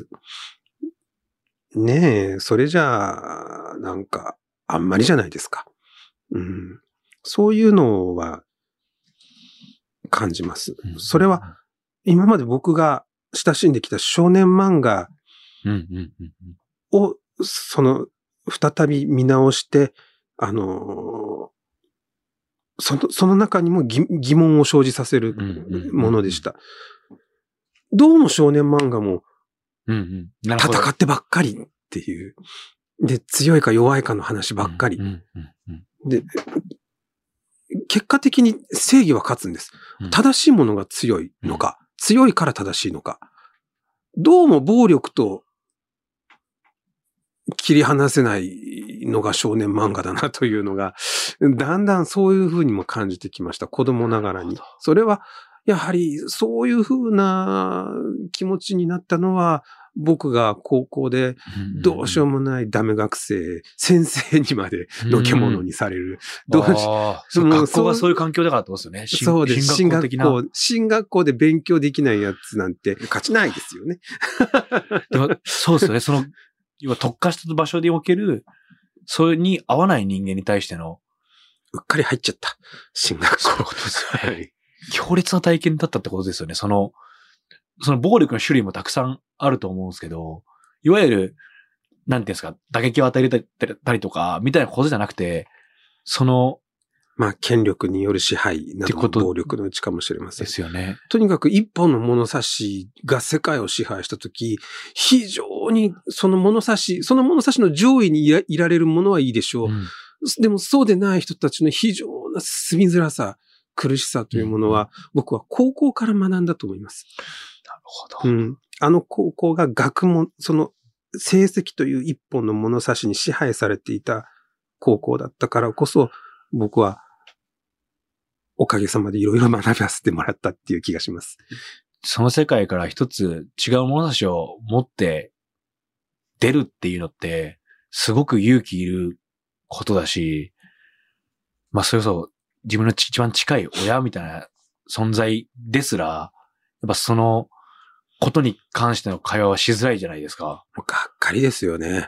ねえ、それじゃあ、なんか、あんまりじゃないですか。そういうのは感じます。それは、今まで僕が親しんできた少年漫画を、再び見直して、その中にも疑問を生じさせるものでした。どうも少年漫画も、戦ってばっかりっていう。で、強いか弱いかの話ばっかり。で、結果的に正義は勝つんです。正しいものが強いのか、強いから正しいのか。どうも暴力と切り離せないのが少年漫画だなというのが、だんだんそういうふうにも感じてきました。子供ながらに。それは、やはりそういうふうな気持ちになったのは、僕が高校でどうしようもないダメ学生、先生にまでのけ者にされる。 学校がそういう環境だからってことですよね。 そうです。進学校で勉強できないやつなんて勝ちないですよね。 でもそうですよね。要は特化した場所でおける、それに合わない人間に対しての。 うっかり入っちゃった。進学校。 そういうことですよね。はい。強烈な体験だったってことですよね。その暴力の種類もたくさんあると思うんですけど、いわゆる、なんていうんですか、打撃を与えたりとか、みたいなことじゃなくて、 権力による支配などの暴力のうちかもしれません。 ですよね。 とにかく一本の物差しが世界を支配したとき、非常にその物差しの上位にいられるものはいいでしょう。でもそうでない人たちの非常な住みづらさ、苦しさというものは、僕は高校から学んだと思います。 なるほど。 あの高校が学問、その成績という一本の物差しに支配されていた高校だったからこそ、僕はおかげさまでいろいろ学ばせてもらったっていう気がします。 その世界から一つ違う物差しを持って出るっていうのって、すごく勇気いることだし、それこそ自分の一番近い親みたいな存在ですら、やっぱそのことに関しての会話はしづらいじゃないですか。 がっかりですよね。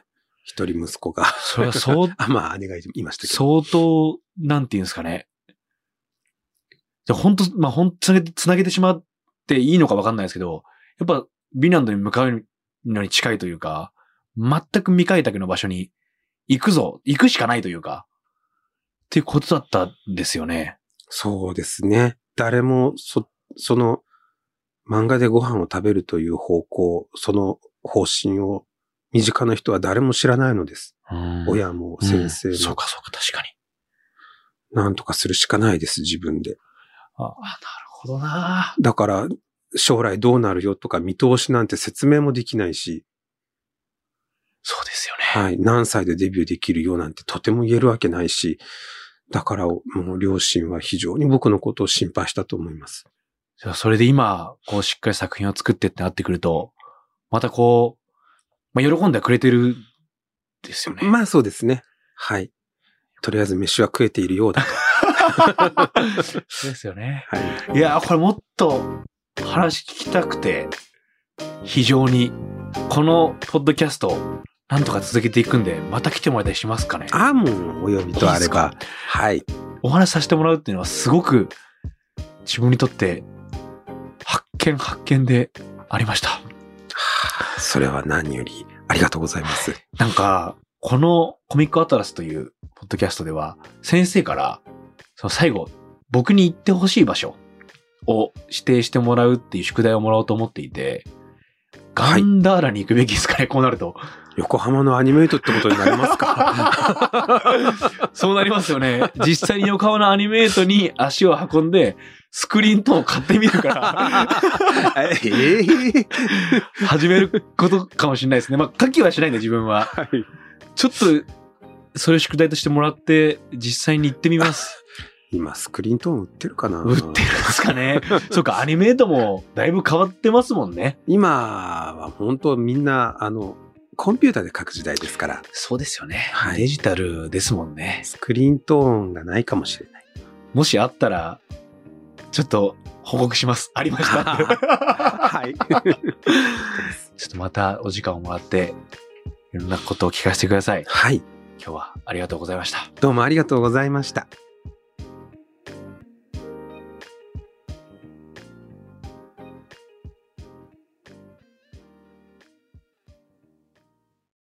一人息子が。 それはそう、 まあ姉がいましたけど。 相当、なんていうんですかね。じゃ本当まあ本当つなげてしまっていいのかわかんないですけど、やっぱ、フィンランドに向かうのに近いというか、全く未開拓の場所に行くしかないというか、っていうことだったんですよね。 そうですね。誰も、その、漫画でご飯を食べるという方向、その方針を、身近な人は誰も知らないのです。親も先生も。 そうか、確かに。 なんとかするしかないです、自分で。 なるほどな。 だから、将来どうなるよとか見通しなんて説明もできないし。 そうですよね。 はい。何歳でデビューできるよなんてとても言えるわけないし。だから、もう両親は非常に僕のことを心配したと思います。 じゃあそれで今、こうしっかり作品を作ってってなってくると、またこう、まあ、喜んでくれてるですよね。 まあそうですね。はい。とりあえず飯は食えているようだと。 そうですよね。 はい。 いや、これもっと話聞きたくて、非常に、このポッドキャスト、なんとか続けていくんで、また来てもらえたりしますかね。 もうお呼びとあれば。はい。 お話しさせてもらうっていうのはすごく自分にとって発見でありました。 それは何よりありがとうございます。 なんか、このコミックアトラスというポッドキャストでは、先生から、その最後、僕に行ってほしい場所を指定してもらうっていう宿題をもらおうと思っていて、ガンダーラに行くべきですかね、こうなると。 横浜のアニメイトってことになりますか？ そうなりますよね。実際に横浜のアニメイトに足を運んで、スクリーントーンを買ってみるから、始めることかもしれないですね。まあ、書きはしないんで自分は。はい、ちょっと、それを宿題としてもらって、実際に行ってみます。 今、スクリーントーン売ってるかな？ 売ってるんですかね。そうか、アニメートもだいぶ変わってますもんね。 今は本当みんな、コンピューターで書く時代ですから。 そうですよね。 はい、 デジタルですもんね。 スクリーントーンがないかもしれない。 もしあったら、ちょっと報告します。ありました。 はい。 ちょっとまたお時間をもらって、いろんなことを聞かせてください。 はい。 今日はありがとうございました。 どうもありがとうございました。